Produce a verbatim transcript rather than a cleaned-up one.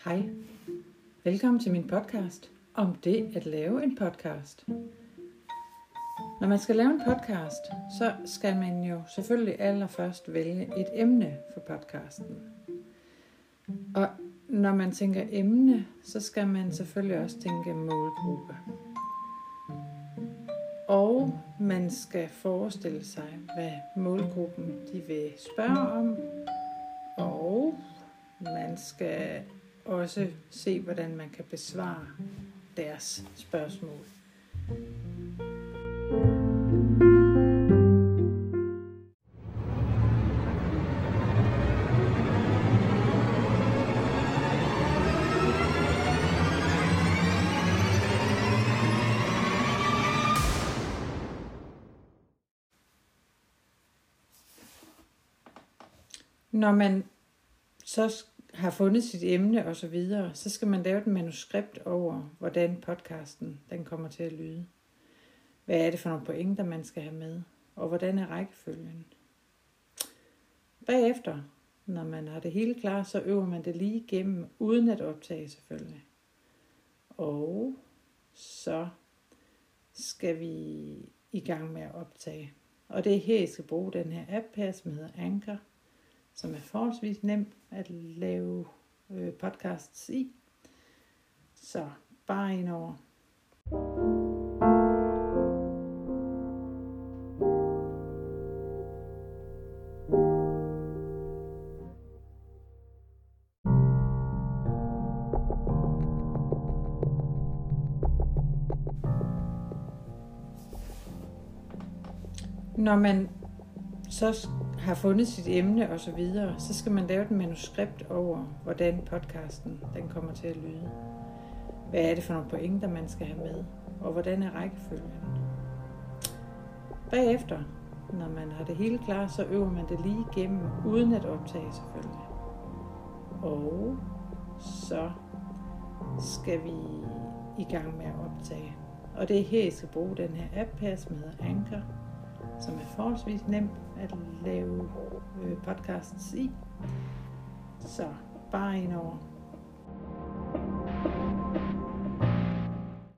Hej, velkommen til min podcast om det at lave en podcast. Når man skal lave en podcast, så skal man jo selvfølgelig allerførst vælge et emne for podcasten. Og når man tænker emne, så skal man selvfølgelig også tænke målgruppe. Og man skal forestille sig, hvad målgruppen de vil spørge om. Og man skal også se, hvordan man kan besvare deres spørgsmål. Når man så har fundet sit emne og så videre, så skal man lave et manuskript over, hvordan podcasten den kommer til at lyde. Hvad er det for nogle pointer, man skal have med, og hvordan er rækkefølgen. Bagefter, når man har det hele klar, så øver man det lige igennem, uden at optage selvfølgelig. Og så skal vi i gang med at optage. Og det er her, jeg skal bruge den her app her, som hedder Anchor, som er forholdsvis nem at lave øh, podcasts i. Så bare ind over. Når man så har fundet sit emne og så videre, så skal man lave et manuskript over, hvordan podcasten den kommer til at lyde. Hvad er det for nogle pointer, man skal have med, og hvordan er rækkefølgen. Bagefter, når man har det hele klar, så øver man det lige igennem, uden at optage selvfølgelig. Og så skal vi i gang med at optage. Og det er her, jeg skal bruge den her app her, som hedder Anchor, som er forholdsvis nem at lave podcasts i. Så bare ind over.